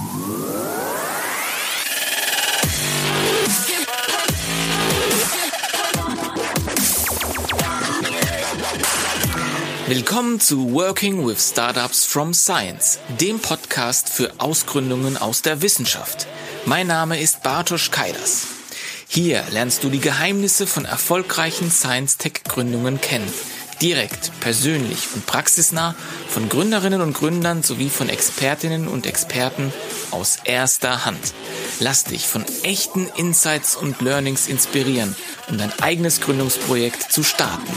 Willkommen zu Working with Startups from Science, dem Podcast für Ausgründungen aus der Wissenschaft. Mein Name ist Bartosz Kaidas. Hier lernst du die Geheimnisse von erfolgreichen Science-Tech-Gründungen kennen. Direkt, persönlich und praxisnah von Gründerinnen und Gründern sowie von Expertinnen und Experten aus erster Hand. Lass dich von echten Insights und Learnings inspirieren, um dein eigenes Gründungsprojekt zu starten.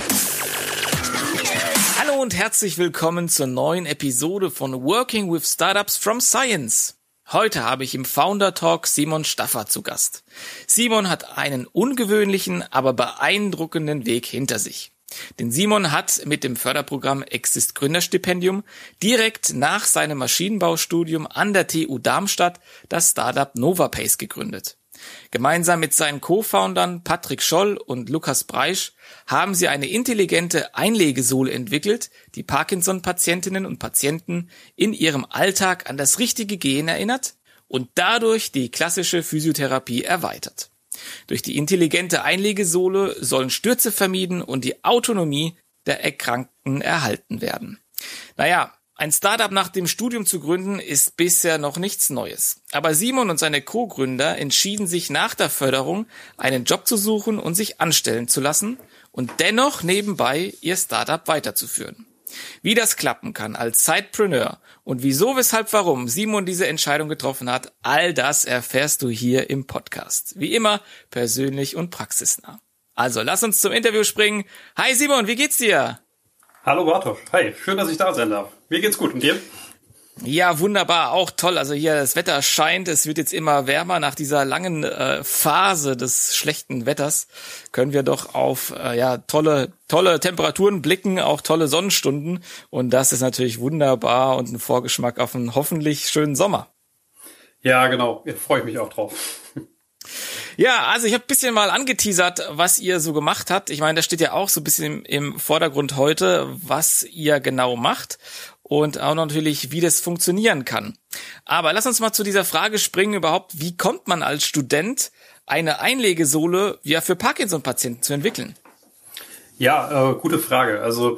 Hallo und herzlich willkommen zur neuen Episode von Working with Startups from Science. Heute habe ich im Founder Talk Simon Staffer zu Gast. Simon hat einen ungewöhnlichen, aber beeindruckenden Weg hinter sich. Denn Simon hat mit dem Förderprogramm Exist Gründerstipendium direkt nach seinem Maschinenbaustudium an der TU Darmstadt das Startup Novapace gegründet. Gemeinsam mit seinen Co-Foundern Patrick Scholl und Lukas Breisch haben sie eine intelligente Einlegesohle entwickelt, die Parkinson-Patientinnen und Patienten in ihrem Alltag an das richtige Gehen erinnert und dadurch die klassische Physiotherapie erweitert. Durch die intelligente Einlegesohle sollen Stürze vermieden und die Autonomie der Erkrankten erhalten werden. Naja, ein Startup nach dem Studium zu gründen ist bisher noch nichts Neues. Aber Simon und seine Co-Gründer entschieden sich nach der Förderung, einen Job zu suchen und sich anstellen zu lassen und dennoch nebenbei ihr Startup weiterzuführen. Wie das klappen kann als Sidepreneur und wieso, weshalb, warum Simon diese Entscheidung getroffen hat, all das erfährst du hier im Podcast. Wie immer persönlich und praxisnah. Also lass uns zum Interview springen. Hi Simon, wie geht's dir? Hallo Bartosz, hi, schön, dass ich da sein darf. Mir geht's gut und dir? Ja, wunderbar, auch toll. Also hier das Wetter scheint, es wird jetzt immer wärmer. Nach dieser langen Phase des schlechten Wetters können wir doch auf tolle Temperaturen blicken, auch tolle Sonnenstunden. Und das ist natürlich wunderbar und ein Vorgeschmack auf einen hoffentlich schönen Sommer. Ja, genau, jetzt freue ich mich auch drauf. Ja, also ich habe ein bisschen mal angeteasert, was ihr so gemacht habt. Ich meine, da steht ja auch so ein bisschen im Vordergrund heute, was ihr genau macht und auch natürlich, wie das funktionieren kann. Aber lass uns mal zu dieser Frage springen überhaupt, wie kommt man als Student eine Einlegesohle für Parkinson-Patienten zu entwickeln? Ja, gute Frage. Also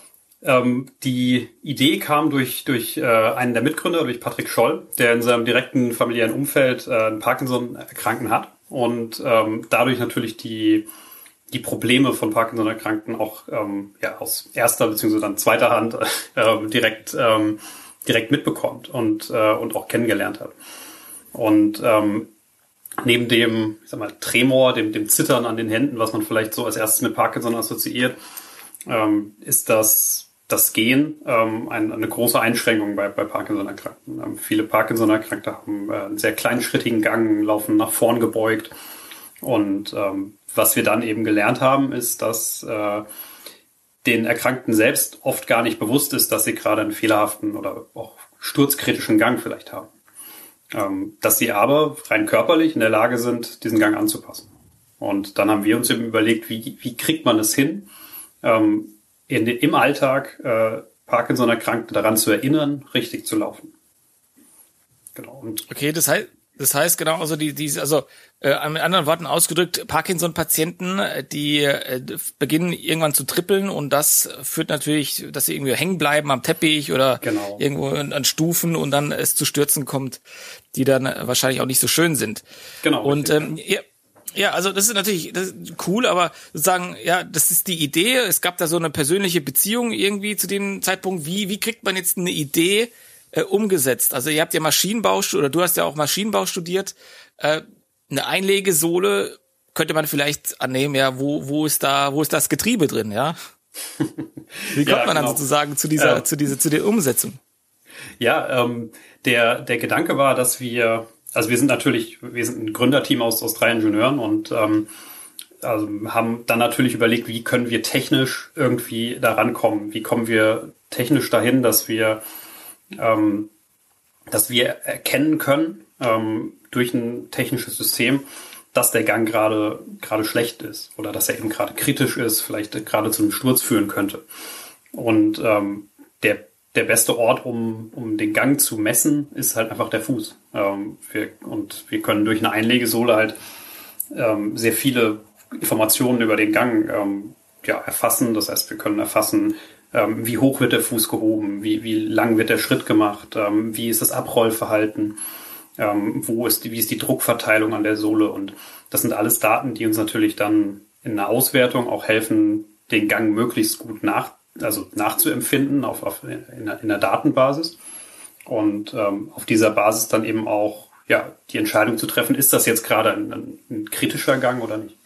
die Idee kam durch einen der Mitgründer, durch Patrick Scholl, der in seinem direkten familiären Umfeld einen Parkinson-Erkrankten hat und dadurch natürlich die Probleme von Parkinson-Erkrankten auch aus erster bzw. dann zweiter Hand direkt mitbekommt und auch kennengelernt hat. Und neben dem, ich sag mal, Tremor, dem Zittern an den Händen, was man vielleicht so als erstes mit Parkinson assoziiert, ist das Gehen eine große Einschränkung bei Parkinson-Erkrankten. Viele Parkinson-Erkrankte haben einen sehr kleinschrittigen Gang, laufen nach vorn gebeugt. Und was wir dann eben gelernt haben, ist, dass den Erkrankten selbst oft gar nicht bewusst ist, dass sie gerade einen fehlerhaften oder auch sturzkritischen Gang vielleicht haben. Dass sie aber rein körperlich in der Lage sind, diesen Gang anzupassen. Und dann haben wir uns eben überlegt, wie kriegt man es hin, im Alltag Parkinson-Erkrankte daran zu erinnern, richtig zu laufen. Genau. Und okay, das heißt genau, also mit anderen Worten ausgedrückt, Parkinson-Patienten, die beginnen irgendwann zu trippeln und das führt natürlich, dass sie irgendwie hängen bleiben am Teppich oder irgendwo an Stufen und dann es zu Stürzen kommt, die dann wahrscheinlich auch nicht so schön sind. Genau. Und ja, also das ist cool, aber sozusagen, ja, das ist die Idee. Es gab da so eine persönliche Beziehung irgendwie zu dem Zeitpunkt. Wie kriegt man jetzt eine Idee umgesetzt? Also ihr habt ja Maschinenbau, oder du hast ja auch Maschinenbau studiert. Eine Einlegesohle könnte man vielleicht annehmen, ja, wo ist das Getriebe drin, ja? Wie kommt man dann sozusagen zu der Umsetzung? Ja, der Gedanke war, dass wir sind ein Gründerteam aus 3 Ingenieuren und haben dann natürlich überlegt, wie können wir technisch irgendwie da rankommen? Wie kommen wir technisch dahin, dass wir erkennen können durch ein technisches System, dass der Gang gerade schlecht ist oder dass er eben gerade kritisch ist, vielleicht gerade zu einem Sturz führen könnte. Und der der beste Ort, um den Gang zu messen, ist halt einfach der Fuß. Wir können durch eine Einlegesohle halt sehr viele Informationen über den Gang erfassen. Das heißt, wir können erfassen, wie hoch wird der Fuß gehoben, wie lang wird der Schritt gemacht, wie ist das Abrollverhalten, wie ist die Druckverteilung an der Sohle. Und das sind alles Daten, die uns natürlich dann in einer Auswertung auch helfen, den Gang möglichst gut nachzuempfinden in der Datenbasis. Und auf dieser Basis dann eben auch die Entscheidung zu treffen, ist das jetzt gerade ein kritischer Gang oder nicht?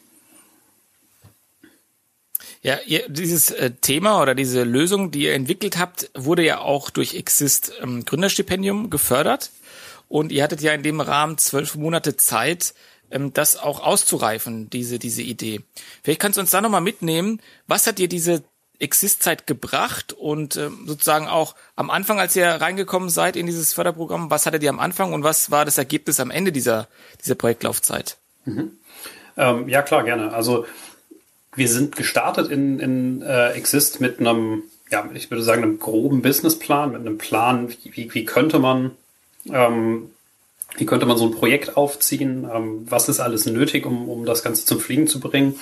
Ja, dieses Thema oder diese Lösung, die ihr entwickelt habt, wurde ja auch durch Exist Gründerstipendium gefördert. Und ihr hattet ja in dem Rahmen 12 Monate Zeit, das auch auszureifen, diese Idee. Vielleicht kannst du uns da nochmal mitnehmen, was hat dir diese Exist-Zeit gebracht und sozusagen auch am Anfang, als ihr reingekommen seid in dieses Förderprogramm, was hattet ihr am Anfang und was war das Ergebnis am Ende dieser Projektlaufzeit? Ja, klar, gerne. Also wir sind gestartet in Exist mit einem, ich würde sagen, einem groben Businessplan, mit einem Plan, wie könnte man so ein Projekt aufziehen, was ist alles nötig, um das Ganze zum Fliegen zu bringen,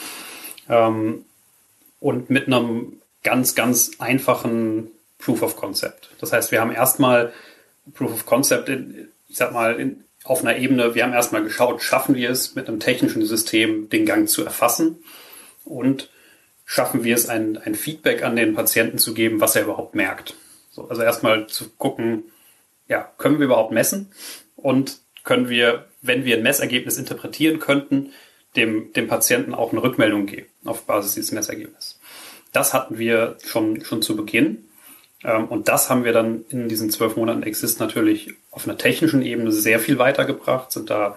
und mit einem ganz, ganz einfachen Proof of Concept. Das heißt, wir haben erstmal Proof of Concept auf einer Ebene, wir haben erstmal geschaut, schaffen wir es mit einem technischen System, den Gang zu erfassen und schaffen wir es, ein Feedback an den Patienten zu geben, was er überhaupt merkt. So, also erstmal zu gucken, können wir überhaupt messen und können wir, wenn wir ein Messergebnis interpretieren könnten, dem Patienten auch eine Rückmeldung geben auf Basis dieses Messergebnisses. Das hatten wir schon zu Beginn. Und das haben wir dann in diesen 12 Monaten Exist natürlich auf einer technischen Ebene sehr viel weitergebracht, sind da,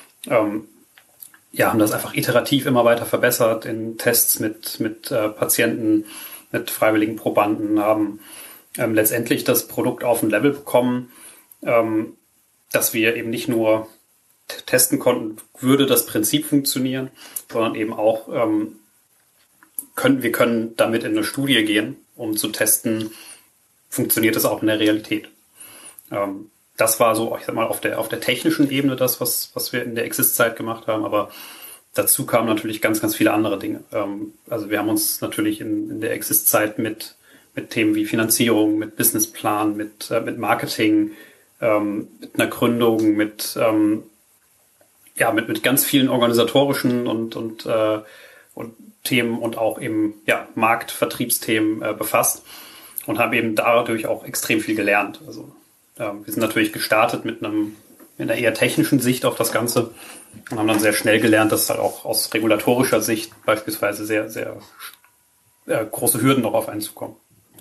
haben das einfach iterativ immer weiter verbessert in Tests mit Patienten, mit freiwilligen Probanden, haben letztendlich das Produkt auf ein Level bekommen, dass wir eben nicht nur testen konnten, würde das Prinzip funktionieren, sondern eben auch wir können damit in eine Studie gehen, um zu testen, funktioniert es auch in der Realität. Das war so, ich sag mal, auf der technischen Ebene das, was wir in der Exist-Zeit gemacht haben, aber dazu kamen natürlich ganz, ganz viele andere Dinge. Also wir haben uns natürlich in der Exist-Zeit mit Themen wie Finanzierung, mit Businessplan, mit Marketing, mit einer Gründung, mit ganz vielen organisatorischen und Themen und auch eben Marktvertriebsthemen befasst und haben eben dadurch auch extrem viel gelernt. Also wir sind natürlich gestartet mit einer eher technischen Sicht auf das Ganze und haben dann sehr schnell gelernt, dass halt auch aus regulatorischer Sicht beispielsweise sehr, sehr große Hürden noch auf einen zukommen.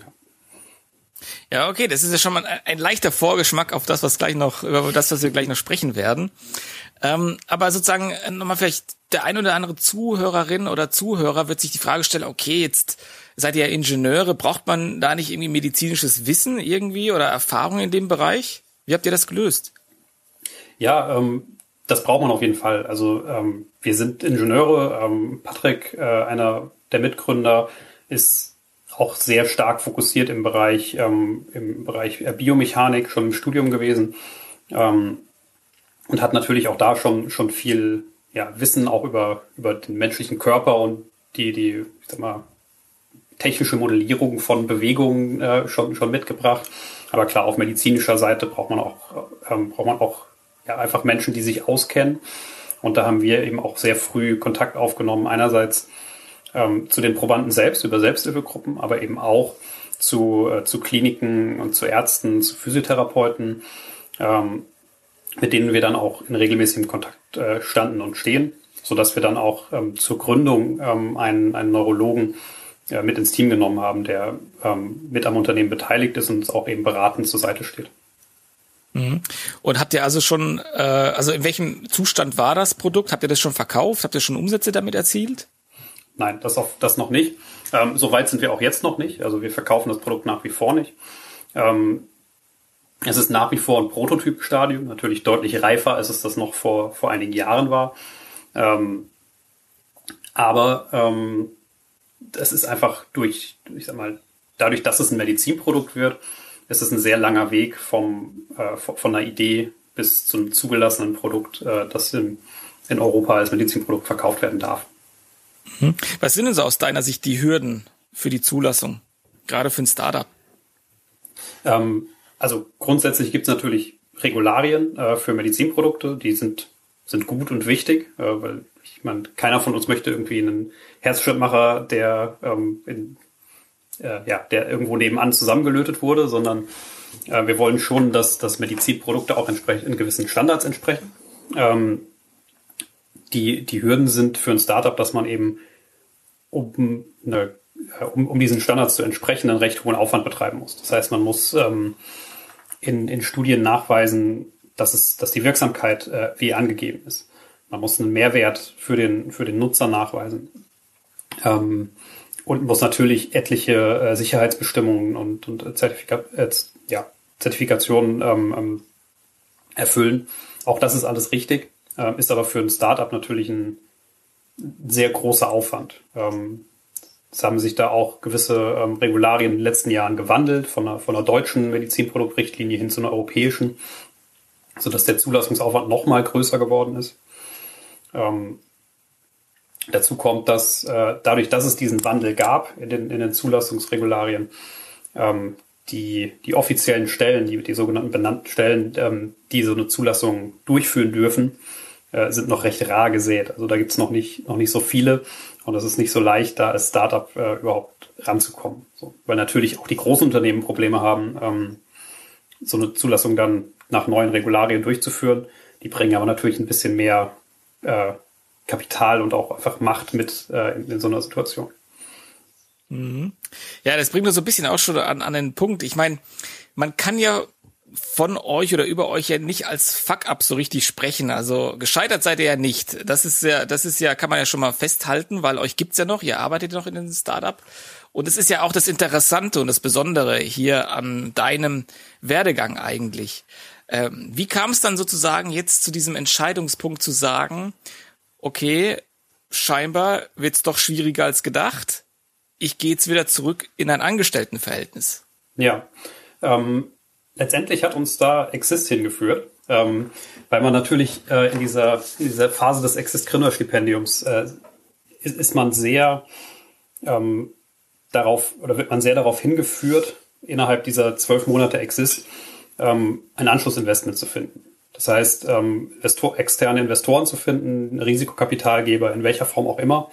Ja, okay, das ist ja schon mal ein leichter Vorgeschmack auf das, was wir gleich noch sprechen werden. Aber sozusagen nochmal vielleicht der ein oder andere Zuhörerin oder Zuhörer wird sich die Frage stellen, okay, jetzt seid ihr ja Ingenieure, braucht man da nicht irgendwie medizinisches Wissen irgendwie oder Erfahrung in dem Bereich? Wie habt ihr das gelöst? Ja, das braucht man auf jeden Fall. Also wir sind Ingenieure. Patrick, einer der Mitgründer, ist auch sehr stark fokussiert im Bereich Biomechanik, schon im Studium gewesen, und hat natürlich auch da schon viel Wissen auch über den menschlichen Körper und die ich sag mal, technische Modellierung von Bewegungen schon mitgebracht. Aber klar, auf medizinischer Seite braucht man auch einfach Menschen, die sich auskennen. Und da haben wir eben auch sehr früh Kontakt aufgenommen. Einerseits zu den Probanden selbst über Selbsthilfegruppen, aber eben auch zu Kliniken und zu Ärzten, zu Physiotherapeuten, mit denen wir dann auch in regelmäßigem Kontakt standen und stehen, sodass wir dann auch zur Gründung einen Neurologen mit ins Team genommen haben, der mit am Unternehmen beteiligt ist und uns auch eben beratend zur Seite steht. Mhm. Und habt ihr also schon, in welchem Zustand war das Produkt? Habt ihr das schon verkauft? Habt ihr schon Umsätze damit erzielt? Nein, das noch nicht. So weit sind wir auch jetzt noch nicht. Also wir verkaufen das Produkt nach wie vor nicht. Es ist nach wie vor ein Prototypstadium, natürlich deutlich reifer, als es das noch vor einigen Jahren war. Aber es ist einfach dadurch, dass es ein Medizinprodukt wird, ist es ein sehr langer Weg von einer Idee bis zum zugelassenen Produkt, das in Europa als Medizinprodukt verkauft werden darf. Was sind denn so aus deiner Sicht die Hürden für die Zulassung, gerade für ein Startup? Also grundsätzlich gibt es natürlich Regularien für Medizinprodukte, die sind gut und wichtig, weil ich meine, keiner von uns möchte irgendwie einen Herzschrittmacher, der irgendwo nebenan zusammengelötet wurde, sondern wir wollen schon, dass Medizinprodukte auch entsprechend in gewissen Standards entsprechen. Die Hürden sind für ein Startup, dass man eben, um diesen Standards zu entsprechen, einen recht hohen Aufwand betreiben muss. Das heißt, man muss in Studien nachweisen, dass die Wirksamkeit wie angegeben ist. Man muss einen Mehrwert für den Nutzer nachweisen. Und muss natürlich Sicherheitsbestimmungen und Zertifikationen erfüllen. Auch das ist alles richtig, ist aber für ein Startup natürlich ein sehr großer Aufwand. Es haben sich da auch gewisse Regularien in den letzten Jahren gewandelt, von einer deutschen Medizinproduktrichtlinie hin zu einer europäischen, sodass der Zulassungsaufwand noch mal größer geworden ist. Dazu kommt, dass dadurch, dass es diesen Wandel gab in den Zulassungsregularien, die offiziellen Stellen, die sogenannten benannten Stellen, die so eine Zulassung durchführen dürfen, sind noch recht rar gesät. Also da gibt es noch nicht so viele und es ist nicht so leicht, da als Startup überhaupt ranzukommen. So, weil natürlich auch die großen Unternehmen Probleme haben, so eine Zulassung dann nach neuen Regularien durchzuführen. Die bringen aber natürlich ein bisschen mehr Kapital und auch einfach Macht mit in so einer Situation. Mhm. Ja, das bringt uns so ein bisschen auch schon an den Punkt. Ich meine, man kann ja von euch oder über euch ja nicht als Fuck-up so richtig sprechen. Also gescheitert seid ihr ja nicht. Das ist ja, kann man ja schon mal festhalten, weil euch gibt's ja noch, ihr arbeitet noch in einem Startup. Und es ist ja auch das Interessante und das Besondere hier an deinem Werdegang eigentlich. Wie kam es dann sozusagen jetzt zu diesem Entscheidungspunkt zu sagen, okay, scheinbar wird's doch schwieriger als gedacht. Ich gehe jetzt wieder zurück in ein Angestelltenverhältnis. Ja, letztendlich hat uns da Exist hingeführt, weil man natürlich in dieser Phase des Exist-Gründerstipendiums ist man sehr wird man sehr darauf hingeführt, innerhalb dieser 12 Monate Exist ein Anschlussinvestment zu finden. Das heißt, externe Investoren zu finden, Risikokapitalgeber in welcher Form auch immer,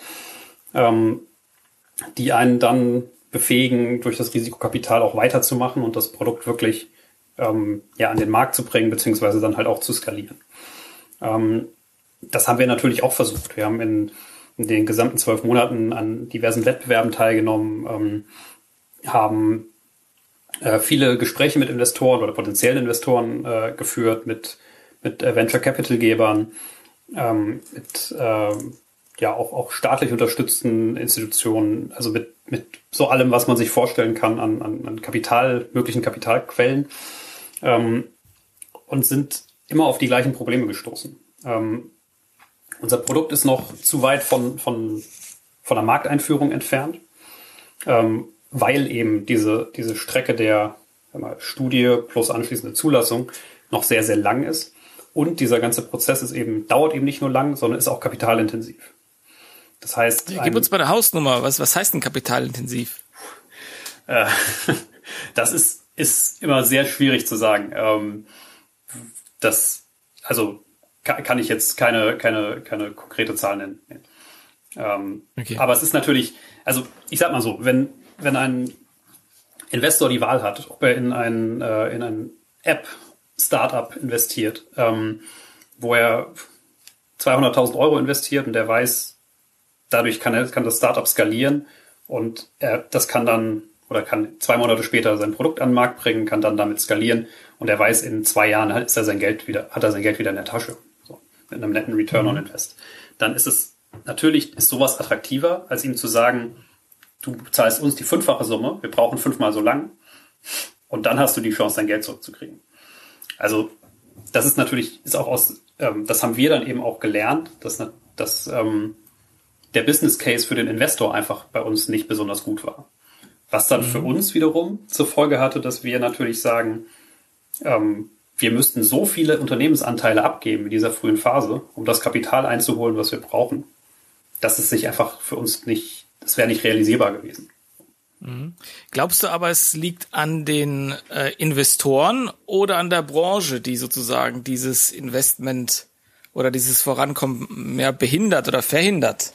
die einen dann befähigen, durch das Risikokapital auch weiterzumachen und das Produkt wirklich an den Markt zu bringen, beziehungsweise dann halt auch zu skalieren. Das haben wir natürlich auch versucht. Wir haben in den gesamten 12 Monaten an diversen Wettbewerben teilgenommen, haben viele Gespräche mit Investoren oder potenziellen Investoren geführt, mit Venture Capital Gebern, auch staatlich unterstützten Institutionen, also mit so allem, was man sich vorstellen kann an möglichen Kapitalquellen, und sind immer auf die gleichen Probleme gestoßen. Unser Produkt ist noch zu weit von der Markteinführung entfernt, weil eben diese Strecke der Studie plus anschließende Zulassung noch sehr, sehr lang ist. Und dieser ganze Prozess dauert eben nicht nur lang, sondern ist auch kapitalintensiv. Das heißt, gib uns mal eine Hausnummer. Was heißt denn kapitalintensiv? Das ist immer sehr schwierig zu sagen. Kann ich jetzt keine konkrete Zahl nennen. Okay. Aber es ist natürlich, also ich sag mal so, wenn ein Investor die Wahl hat, ob er in ein App-Startup investiert, wo er 200.000 Euro investiert und der weiß, dadurch kann das Startup skalieren und das kann dann oder kann 2 Monate später sein Produkt an den Markt bringen, kann dann damit skalieren und er weiß, in 2 Jahren hat er sein Geld wieder in der Tasche, so, mit einem netten Return on Invest. Dann ist sowas attraktiver, als ihm zu sagen, du zahlst uns die 5-fache Summe, wir brauchen 5-mal so lang und dann hast du die Chance, dein Geld zurückzukriegen. Also das ist auch das haben wir dann eben auch gelernt, dass der Business Case für den Investor einfach bei uns nicht besonders gut war. Was dann für uns wiederum zur Folge hatte, dass wir natürlich sagen, wir müssten so viele Unternehmensanteile abgeben in dieser frühen Phase, um das Kapital einzuholen, was wir brauchen, dass es sich einfach für uns nicht, das wäre nicht realisierbar gewesen. Glaubst du aber, es liegt an den Investoren oder an der Branche, die sozusagen dieses Investment oder dieses Vorankommen mehr behindert oder verhindert?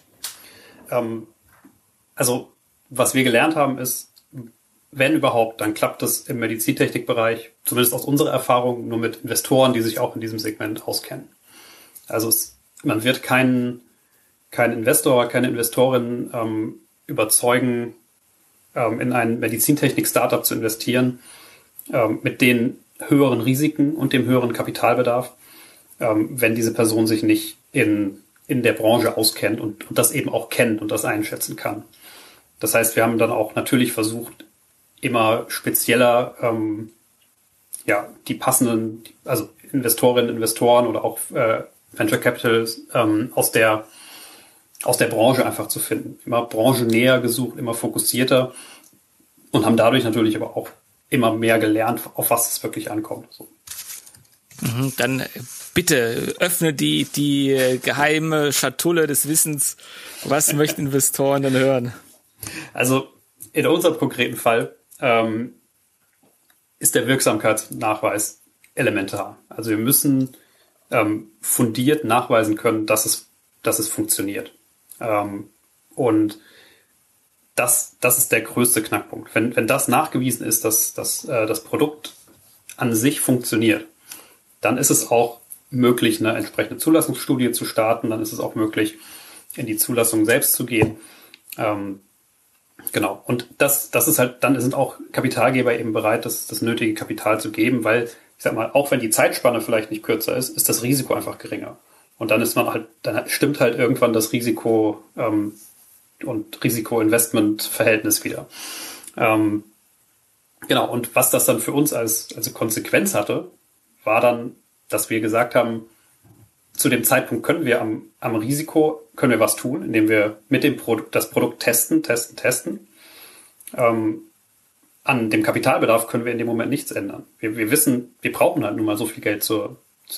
Also, was wir gelernt haben, ist, wenn überhaupt, dann klappt das im Medizintechnikbereich, zumindest aus unserer Erfahrung, nur mit Investoren, die sich auch in diesem Segment auskennen. Also man wird keinen Investor, keine Investorin überzeugen, in ein Medizintechnik-Startup zu investieren, mit den höheren Risiken und dem höheren Kapitalbedarf, wenn diese Person sich nicht in der Branche auskennt und das eben auch kennt und das einschätzen kann. Das heißt, wir haben dann auch natürlich versucht, immer spezieller die passenden, also Investorinnen, Investoren oder auch Venture Capitals aus der Branche einfach zu finden. Immer branchennäher gesucht, immer fokussierter und haben dadurch natürlich aber auch immer mehr gelernt, auf was es wirklich ankommt. So. Dann bitte öffne die geheime Schatulle des Wissens. Was möchten Investoren denn hören? Also in unserem konkreten Fall ist der Wirksamkeitsnachweis elementar. Also wir müssen fundiert nachweisen können, dass es funktioniert. Und das ist der größte Knackpunkt. Wenn das nachgewiesen ist, dass das Produkt an sich funktioniert, dann ist es auch möglich, eine entsprechende Zulassungsstudie zu starten. Dann ist es auch möglich, in die Zulassung selbst zu gehen. Genau. Und das ist halt, dann sind auch Kapitalgeber eben bereit, das nötige Kapital zu geben, weil, ich sag mal, auch wenn die Zeitspanne vielleicht nicht kürzer ist das Risiko einfach geringer. Und dann dann stimmt halt irgendwann das Risiko und Risiko-Investment-Verhältnis wieder. Genau. Und was das dann für uns als Konsequenz hatte, war dann, dass wir gesagt haben, zu dem Zeitpunkt können wir am Risiko können wir was tun, indem wir mit dem das Produkt testen. An dem Kapitalbedarf können wir in dem Moment nichts ändern. Wir wissen, wir brauchen halt nun mal so viel Geld zur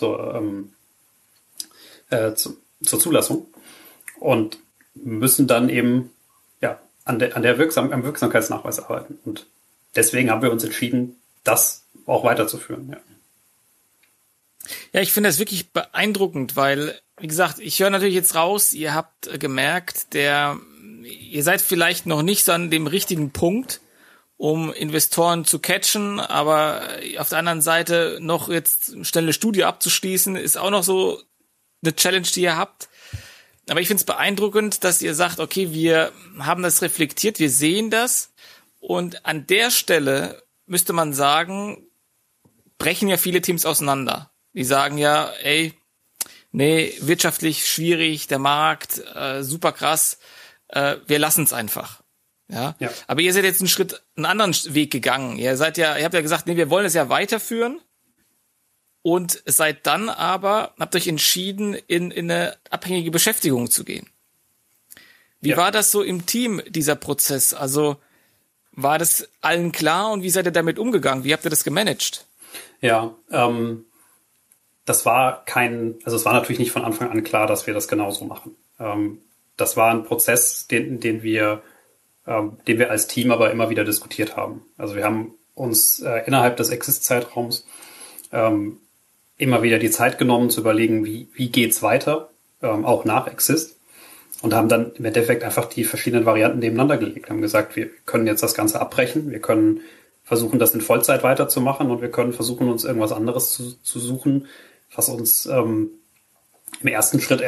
Zulassung und müssen dann eben am Wirksamkeitsnachweis arbeiten. Und deswegen haben wir uns entschieden, das auch weiterzuführen. Ja. Ja, ich finde das wirklich beeindruckend, weil, wie gesagt, ich höre natürlich jetzt raus, ihr habt gemerkt, ihr seid vielleicht noch nicht so an dem richtigen Punkt, um Investoren zu catchen, aber auf der anderen Seite noch jetzt schnell eine Studie abzuschließen, ist auch noch so eine Challenge, die ihr habt. Aber ich finde es beeindruckend, dass ihr sagt, okay, wir haben das reflektiert, wir sehen das und an der Stelle müsste man sagen, brechen ja viele Teams auseinander. Die sagen ja, wirtschaftlich schwierig, der Markt, super krass, wir lassen es einfach. Ja? Aber ihr seid jetzt einen anderen Weg gegangen. Ihr habt ja gesagt, wir wollen es ja weiterführen und seid dann aber, habt euch entschieden, in eine abhängige Beschäftigung zu gehen. Wie war das so im Team, dieser Prozess? Also war das allen klar und wie seid ihr damit umgegangen? Wie habt ihr das gemanagt? Ja, es war natürlich nicht von Anfang an klar, dass wir das genauso machen. Das war ein Prozess, den wir als Team aber immer wieder diskutiert haben. Also wir haben uns innerhalb des Exist-Zeitraums immer wieder die Zeit genommen, zu überlegen, wie geht's weiter, auch nach Exist. Und haben dann im Endeffekt einfach die verschiedenen Varianten nebeneinander gelegt. Haben gesagt, wir können jetzt das Ganze abbrechen, wir können versuchen, das in Vollzeit weiterzumachen und wir können versuchen, uns irgendwas anderes zu suchen, was uns im ersten Schritt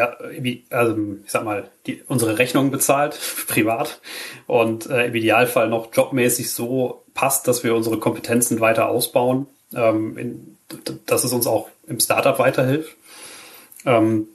unsere Rechnungen bezahlt, privat, und im Idealfall noch jobmäßig so passt, dass wir unsere Kompetenzen weiter ausbauen, dass es uns auch im Startup weiterhilft. So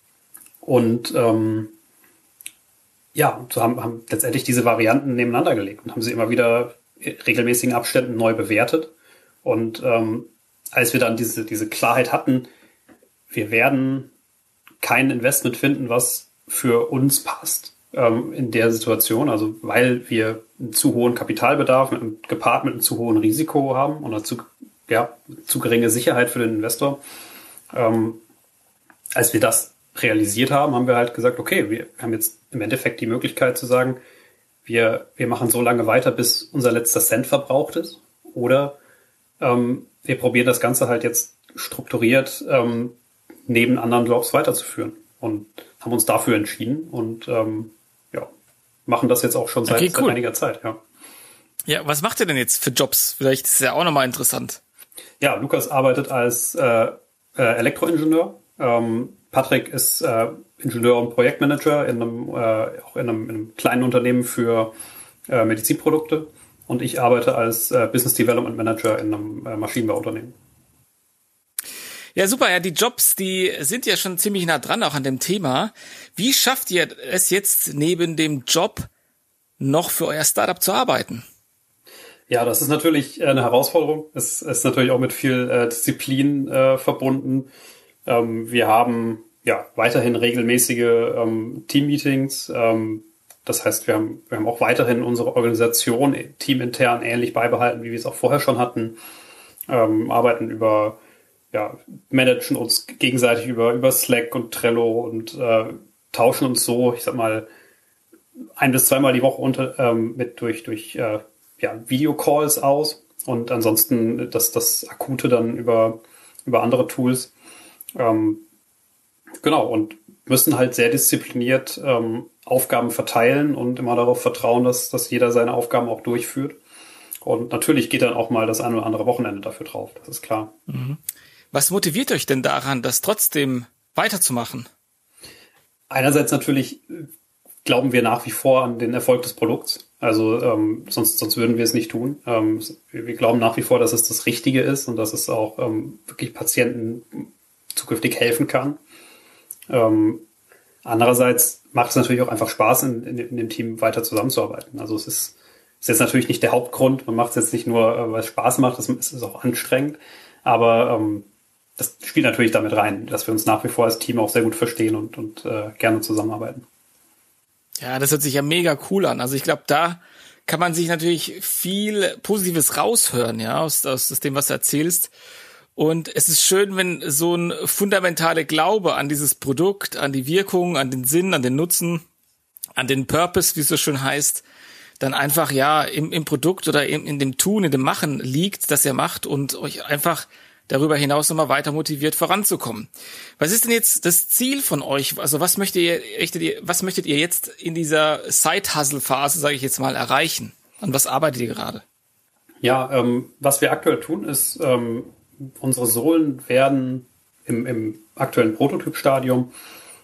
haben letztendlich diese Varianten nebeneinander gelegt und haben sie immer wieder regelmäßigen Abständen neu bewertet. Und als wir dann diese Klarheit hatten, wir werden kein Investment finden, was für uns passt, in der Situation, also weil wir einen zu hohen Kapitalbedarf gepaart mit einem zu hohen Risiko haben und zu geringe Sicherheit für den Investor. Als wir das realisiert haben, haben wir halt gesagt, okay, wir haben jetzt im Endeffekt die Möglichkeit zu sagen, wir machen so lange weiter, bis unser letzter Cent verbraucht ist, oder wir probieren das Ganze halt jetzt strukturiert neben anderen Jobs weiterzuführen und haben uns dafür entschieden und machen das jetzt auch schon seit einiger Zeit. Ja, was macht ihr denn jetzt für Jobs? Vielleicht ist es ja auch nochmal interessant. Ja, Lukas arbeitet als Elektroingenieur. Patrick ist Ingenieur und Projektmanager in einem kleinen Unternehmen für Medizinprodukte. Und ich arbeite als Business Development Manager in einem Maschinenbauunternehmen. Ja, super. Ja, die Jobs, die sind ja schon ziemlich nah dran, auch an dem Thema. Wie schafft ihr es jetzt, neben dem Job noch für euer Startup zu arbeiten? Ja, das ist natürlich eine Herausforderung. Es ist natürlich auch mit viel Disziplin verbunden. Wir haben weiterhin regelmäßige Team-Meetings. Das heißt, wir haben auch weiterhin unsere Organisation teamintern ähnlich beibehalten, wie wir es auch vorher schon hatten. Arbeiten managen uns gegenseitig über Slack und Trello und tauschen uns so, ich sag mal, 1 bis 2 Mal die Woche durch Videocalls aus und ansonsten das Akute dann über andere Tools. Und müssen halt sehr diszipliniert Aufgaben verteilen und immer darauf vertrauen, dass jeder seine Aufgaben auch durchführt. Und natürlich geht dann auch mal das ein oder andere Wochenende dafür drauf, das ist klar. Mhm. Was motiviert euch denn daran, das trotzdem weiterzumachen? Einerseits natürlich glauben wir nach wie vor an den Erfolg des Produkts. Also sonst würden wir es nicht tun. Wir glauben nach wie vor, dass es das Richtige ist und dass es auch wirklich Patienten zukünftig helfen kann. Andererseits macht es natürlich auch einfach Spaß, in dem Team weiter zusammenzuarbeiten. Also es ist jetzt natürlich nicht der Hauptgrund. Man macht es jetzt nicht nur, weil es Spaß macht, es ist auch anstrengend. Aber das spielt natürlich damit rein, dass wir uns nach wie vor als Team auch sehr gut verstehen und gerne zusammenarbeiten. Ja, das hört sich ja mega cool an. Also ich glaube, da kann man sich natürlich viel Positives raushören, ja, aus dem, was du erzählst. Und es ist schön, wenn so ein fundamentaler Glaube an dieses Produkt, an die Wirkung, an den Sinn, an den Nutzen, an den Purpose, wie es so schön heißt, dann einfach im Produkt oder in dem Tun, in dem Machen liegt, das ihr macht und euch einfach darüber hinaus nochmal weiter motiviert voranzukommen. Was ist denn jetzt das Ziel von euch? Also was möchtet ihr jetzt in dieser Side-Hustle-Phase, sage ich jetzt mal, erreichen? An was arbeitet ihr gerade? Ja, was wir aktuell tun, ist, unsere Sohlen werden im aktuellen Prototypstadium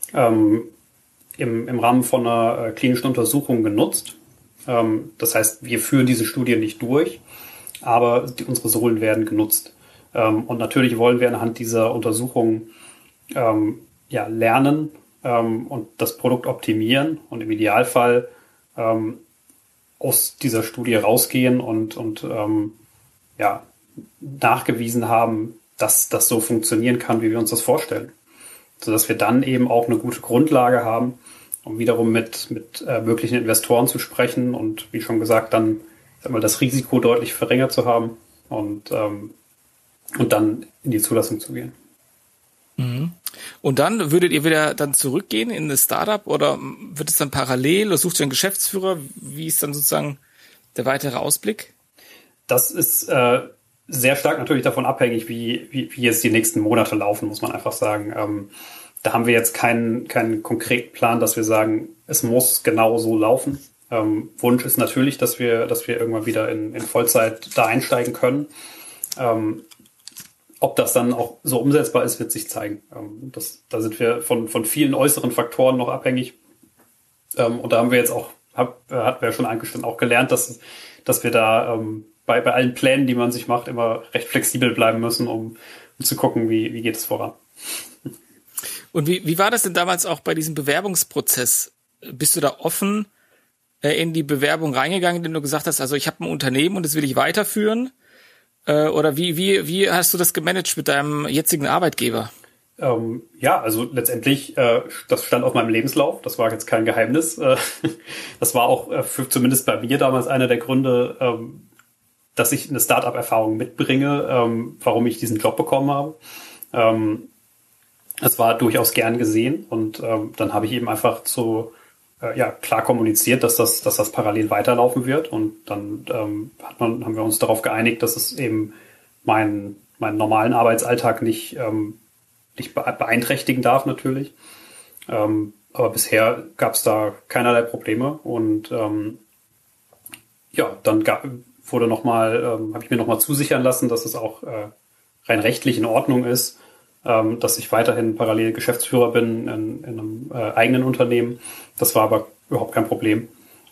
im Rahmen von einer klinischen Untersuchung genutzt. Das heißt, wir führen diese Studie nicht durch, aber unsere Sohlen werden genutzt. Und natürlich wollen wir anhand dieser Untersuchung lernen und das Produkt optimieren und im Idealfall aus dieser Studie rausgehen und nachgewiesen haben, dass das so funktionieren kann, wie wir uns das vorstellen. Sodass wir dann eben auch eine gute Grundlage haben, um wiederum mit möglichen Investoren zu sprechen und wie schon gesagt, dann das Risiko deutlich verringert zu haben und dann in die Zulassung zu gehen. Mhm. Und dann würdet ihr wieder dann zurückgehen in das Startup oder wird es dann parallel oder sucht ihr einen Geschäftsführer? Wie ist dann sozusagen der weitere Ausblick? Das ist sehr stark natürlich davon abhängig, wie jetzt die nächsten Monate laufen, muss man einfach sagen. Da haben wir jetzt keinen konkreten Plan, dass wir sagen, es muss genau so laufen. Wunsch ist natürlich, dass wir irgendwann wieder in Vollzeit da einsteigen können. Ob das dann auch so umsetzbar ist, wird sich zeigen. Da sind wir von vielen äußeren Faktoren noch abhängig. Und da haben wir jetzt auch, hatten wir ja schon eingestellt, auch gelernt, dass wir da bei allen Plänen, die man sich macht, immer recht flexibel bleiben müssen, um zu gucken, wie geht es voran. Und wie war das denn damals auch bei diesem Bewerbungsprozess? Bist du da offen in die Bewerbung reingegangen, indem du gesagt hast, also ich habe ein Unternehmen und das will ich weiterführen? Oder wie hast du das gemanagt mit deinem jetzigen Arbeitgeber? Ja, also letztendlich, das stand auf meinem Lebenslauf, das war jetzt kein Geheimnis. Das war auch zumindest bei mir damals einer der Gründe, dass ich eine Startup-Erfahrung mitbringe, warum ich diesen Job bekommen habe. Das war durchaus gern gesehen und dann habe ich eben einfach klar kommuniziert, dass das parallel weiterlaufen wird und dann haben wir uns darauf geeinigt, dass es eben meinen normalen Arbeitsalltag nicht beeinträchtigen darf natürlich. Aber bisher gab es da keinerlei Probleme und dann habe ich mir nochmal zusichern lassen, dass es auch rein rechtlich in Ordnung ist, dass ich weiterhin parallel Geschäftsführer bin in einem eigenen Unternehmen. Das war aber überhaupt kein Problem.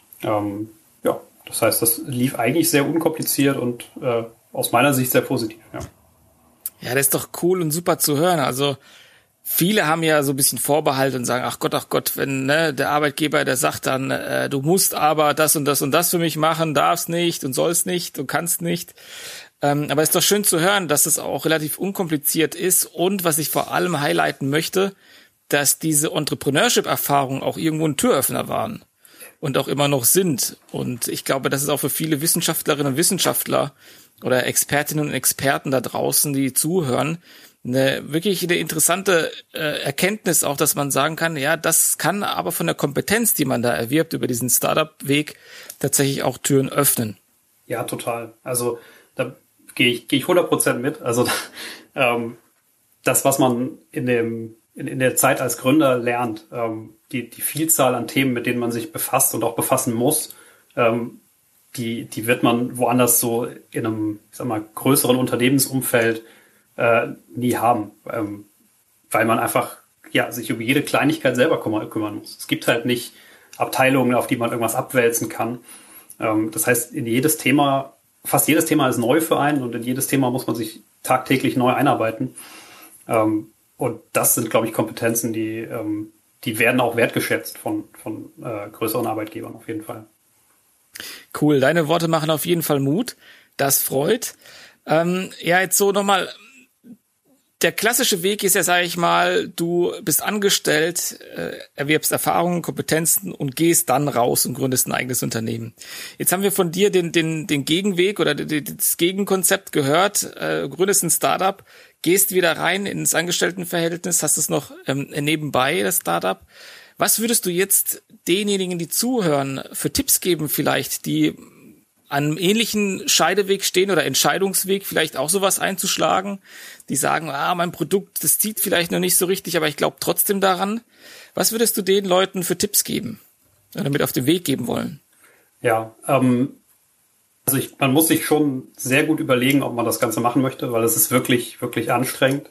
Das heißt, das lief eigentlich sehr unkompliziert und aus meiner Sicht sehr positiv. Ja. Ja, das ist doch cool und super zu hören. Also viele haben ja so ein bisschen Vorbehalte und sagen, ach Gott, wenn der Arbeitgeber, der sagt dann, du musst aber das und das und das für mich machen, darfst nicht und sollst nicht und kannst nicht. Aber es ist doch schön zu hören, dass es auch relativ unkompliziert ist und was ich vor allem highlighten möchte, dass diese Entrepreneurship-Erfahrungen auch irgendwo ein Türöffner waren und auch immer noch sind. Und ich glaube, das ist auch für viele Wissenschaftlerinnen und Wissenschaftler oder Expertinnen und Experten da draußen, die zuhören, wirklich eine interessante Erkenntnis auch, dass man sagen kann, ja, das kann aber von der Kompetenz, die man da erwirbt über diesen Startup-Weg, tatsächlich auch Türen öffnen. Ja, total. Also da gehe ich 100% mit. Also das, was man in der Zeit als Gründer lernt, die Vielzahl an Themen, mit denen man sich befasst und auch befassen muss, die wird man woanders so in einem, ich sag mal, größeren Unternehmensumfeld nie haben, weil man einfach sich um jede Kleinigkeit selber kümmern muss. Es gibt halt nicht Abteilungen, auf die man irgendwas abwälzen kann. Das heißt, fast jedes Thema ist neu für einen und in jedes Thema muss man sich tagtäglich neu einarbeiten. Und das sind, glaube ich, Kompetenzen, die werden auch wertgeschätzt von größeren Arbeitgebern auf jeden Fall. Cool, deine Worte machen auf jeden Fall Mut. Das freut. Jetzt so nochmal, der klassische Weg ist ja, sage ich mal, du bist angestellt, erwirbst Erfahrungen, Kompetenzen und gehst dann raus und gründest ein eigenes Unternehmen. Jetzt haben wir von dir den Gegenweg oder das Gegenkonzept gehört, gründest ein Startup, gehst wieder rein ins Angestelltenverhältnis, hast es noch nebenbei, das Startup. Was würdest du jetzt denjenigen, die zuhören, für Tipps geben vielleicht, die an einem ähnlichen Scheideweg stehen oder Entscheidungsweg, vielleicht auch sowas einzuschlagen, die sagen, mein Produkt, das zieht vielleicht noch nicht so richtig, aber ich glaube trotzdem daran. Was würdest du den Leuten für Tipps geben oder mit auf den Weg geben wollen? Ja, also man muss sich schon sehr gut überlegen, ob man das Ganze machen möchte, weil es ist wirklich, wirklich anstrengend.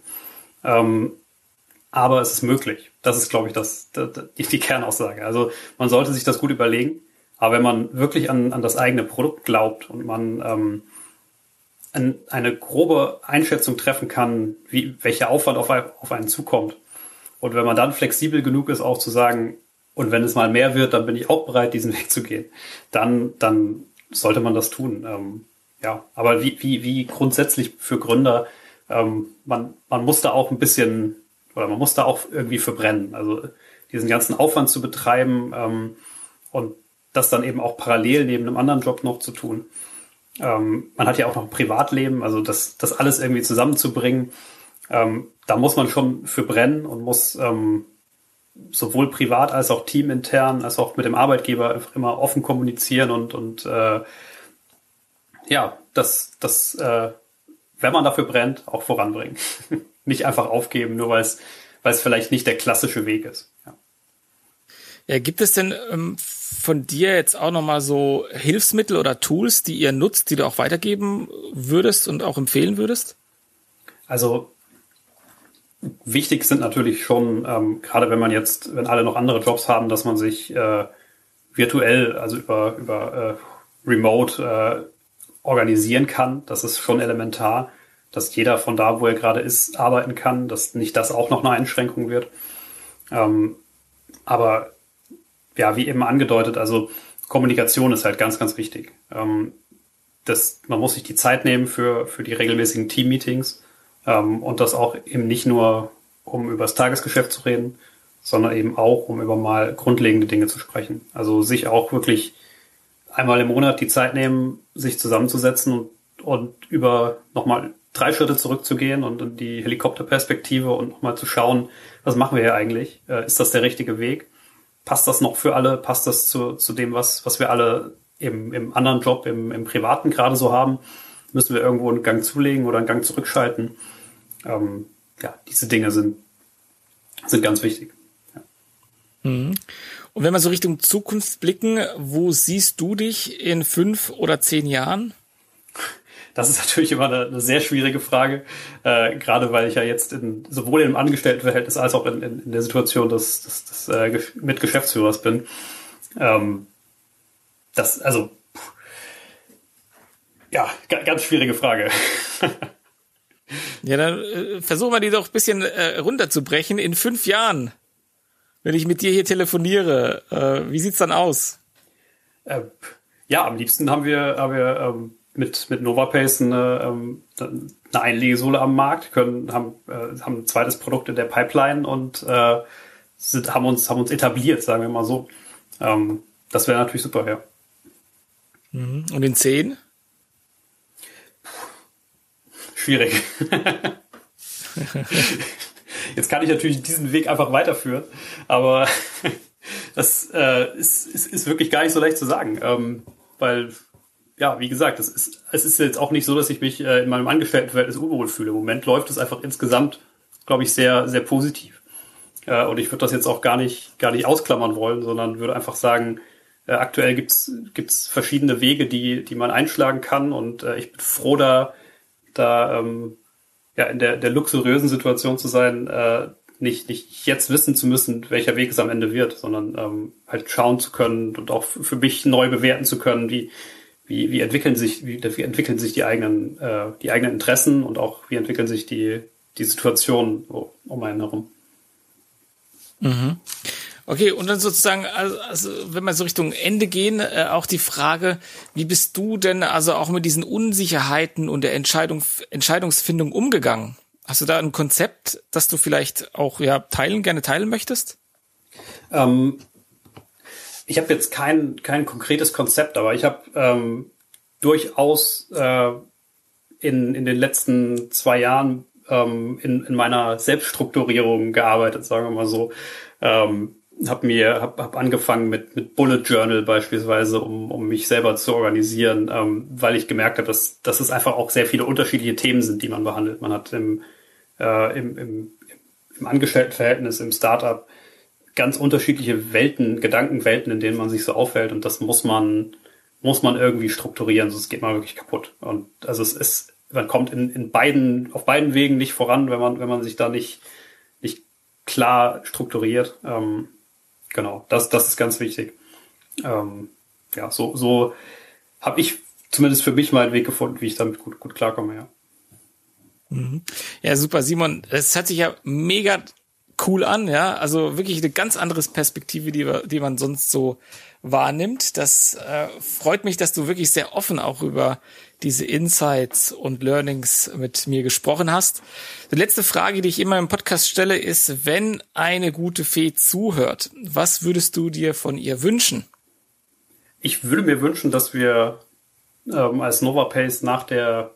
Aber es ist möglich. Das ist, glaube ich, die Kernaussage. Also man sollte sich das gut überlegen. Aber wenn man wirklich an das eigene Produkt glaubt und man eine grobe Einschätzung treffen kann, welcher Aufwand auf einen zukommt, und wenn man dann flexibel genug ist, auch zu sagen, und wenn es mal mehr wird, dann bin ich auch bereit, diesen Weg zu gehen, dann sollte man das tun. Aber wie grundsätzlich für Gründer, man muss da auch ein bisschen, oder man muss da auch irgendwie für brennen. Also diesen ganzen Aufwand zu betreiben und das dann eben auch parallel neben einem anderen Job noch zu tun. Man hat ja auch noch ein Privatleben, also das alles irgendwie zusammenzubringen. Da muss man schon für brennen und muss sowohl privat als auch teamintern, als auch mit dem Arbeitgeber einfach immer offen kommunizieren und wenn man dafür brennt, auch voranbringen. Nicht einfach aufgeben, nur weil es vielleicht nicht der klassische Weg ist. Ja, gibt es denn von dir jetzt auch nochmal so Hilfsmittel oder Tools, die ihr nutzt, die du auch weitergeben würdest und auch empfehlen würdest? Also wichtig sind natürlich schon, gerade wenn alle noch andere Jobs haben, dass man sich virtuell, also über Remote organisieren kann. Das ist schon elementar, dass jeder von da, wo er gerade ist, arbeiten kann, dass nicht das auch noch eine Einschränkung wird. Aber ja, wie eben angedeutet, also Kommunikation ist halt ganz, ganz wichtig. Man muss sich die Zeit nehmen für die regelmäßigen Team-Meetings und das auch eben nicht nur um über das Tagesgeschäft zu reden, sondern eben auch, um über mal grundlegende Dinge zu sprechen. Also sich auch wirklich einmal im Monat die Zeit nehmen, sich zusammenzusetzen und über nochmal 3 Schritte zurückzugehen und in die Helikopterperspektive und nochmal zu schauen, was machen wir hier eigentlich? Ist das der richtige Weg? Passt das noch für alle? Passt das zu dem, was wir alle im anderen Job, im Privaten gerade so haben? Müssen wir irgendwo einen Gang zulegen oder einen Gang zurückschalten? Diese Dinge sind ganz wichtig. Ja. Mhm. Und wenn wir so Richtung Zukunft blicken, wo siehst du dich in 5 oder 10 Jahren? Das ist natürlich immer eine sehr schwierige Frage, gerade weil ich ja jetzt sowohl im Angestelltenverhältnis als auch in der Situation des Mitgeschäftsführers bin. Ganz schwierige Frage. Ja, dann versuchen wir die doch ein bisschen runterzubrechen. In 5 Jahren, wenn ich mit dir hier telefoniere, wie sieht's dann aus? Am liebsten haben wir mit NovaPace eine Einlegesohle am Markt, haben ein zweites Produkt in der Pipeline und haben uns etabliert, sagen wir mal so. Das wäre natürlich super, ja. Und in 10? Schwierig. Jetzt kann ich natürlich diesen Weg einfach weiterführen, aber das ist wirklich gar nicht so leicht zu sagen, weil ja, wie gesagt, es ist jetzt auch nicht so, dass ich mich in meinem Angestelltenverhältnis unwohl fühle. Im Moment läuft es einfach insgesamt, glaube ich, sehr, sehr positiv. Und ich würde das jetzt auch gar nicht ausklammern wollen, sondern würde einfach sagen, aktuell gibt's verschiedene Wege, die man einschlagen kann. Und ich bin froh, da in der luxuriösen Situation zu sein, nicht jetzt wissen zu müssen, welcher Weg es am Ende wird, sondern halt schauen zu können und auch für mich neu bewerten zu können, wie entwickeln sich die eigenen Interessen und auch wie entwickeln sich die Situationen um einen herum. Mhm. Okay, und dann sozusagen, also wenn wir so Richtung Ende gehen, auch die Frage, wie bist du denn also auch mit diesen Unsicherheiten und der Entscheidungsfindung umgegangen? Hast du da ein Konzept, das du vielleicht auch gerne teilen möchtest? Ich habe jetzt kein konkretes Konzept, aber ich habe durchaus in den letzten 2 Jahren in meiner Selbststrukturierung gearbeitet, sagen wir mal so. Hab angefangen mit Bullet Journal beispielsweise, um mich selber zu organisieren, weil ich gemerkt habe, dass es einfach auch sehr viele unterschiedliche Themen sind, die man behandelt. Man hat im Angestelltenverhältnis, im Startup ganz unterschiedliche Gedankenwelten, in denen man sich so aufhält, und das muss man irgendwie strukturieren, sonst geht man wirklich kaputt. Und also man kommt auf beiden Wegen nicht voran, wenn man sich da nicht klar strukturiert. Genau, das ist ganz wichtig. So habe ich zumindest für mich mal einen Weg gefunden, wie ich damit gut klarkomme, ja. Ja, super, Simon. Das hört sich ja mega cool an, ja. Also wirklich eine ganz andere Perspektive, die man sonst so wahrnimmt. Das freut mich, dass du wirklich sehr offen auch über diese Insights und Learnings mit mir gesprochen hast. Die letzte Frage, die ich immer im Podcast stelle, ist, wenn eine gute Fee zuhört, was würdest du dir von ihr wünschen? Ich würde mir wünschen, dass wir als NovaPace nach dem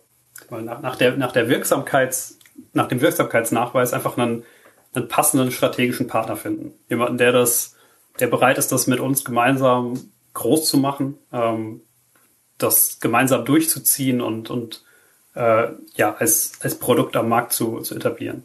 Wirksamkeitsnachweis einfach einen passenden strategischen Partner finden. Jemanden, der bereit ist, das mit uns gemeinsam groß zu machen, das gemeinsam durchzuziehen und als Produkt am Markt zu etablieren.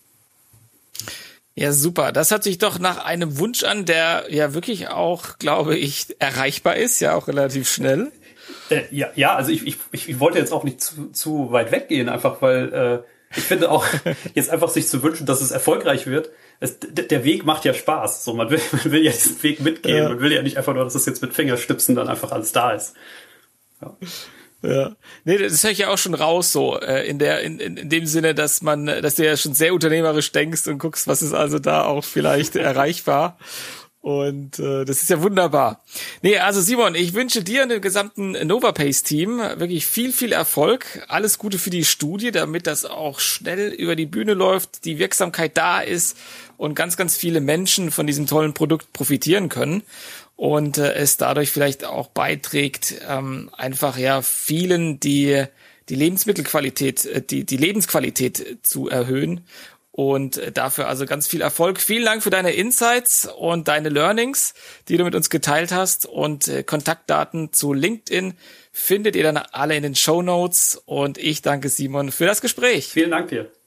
Ja, super. Das hört sich doch nach einem Wunsch an, der ja wirklich auch, glaube ich, erreichbar ist, ja auch relativ schnell. Also ich wollte jetzt auch nicht zu weit weggehen, einfach weil ich finde auch, jetzt einfach sich zu wünschen, dass es erfolgreich wird, der Weg macht ja Spaß. So, man will ja diesen Weg mitgehen. Ja. Man will ja nicht einfach nur, dass es jetzt mit Fingerstipsen dann einfach alles da ist. Ja. Nee, das höre ich ja auch schon raus, so, in dem Sinne, dass du ja schon sehr unternehmerisch denkst und guckst, was ist also da auch vielleicht erreichbar. Und das ist ja wunderbar. Nee, also Simon, ich wünsche dir und dem gesamten NovaPace-Team wirklich viel, viel Erfolg. Alles Gute für die Studie, damit das auch schnell über die Bühne läuft, die Wirksamkeit da ist und ganz, ganz viele Menschen von diesem tollen Produkt profitieren können. Und es dadurch vielleicht auch beiträgt, einfach ja vielen die Lebensmittelqualität, die Lebensqualität zu erhöhen. Und dafür also ganz viel Erfolg. Vielen Dank für deine Insights und deine Learnings, die du mit uns geteilt hast. Und Kontaktdaten zu LinkedIn findet ihr dann alle in den Shownotes. Und ich danke Simon für das Gespräch. Vielen Dank dir.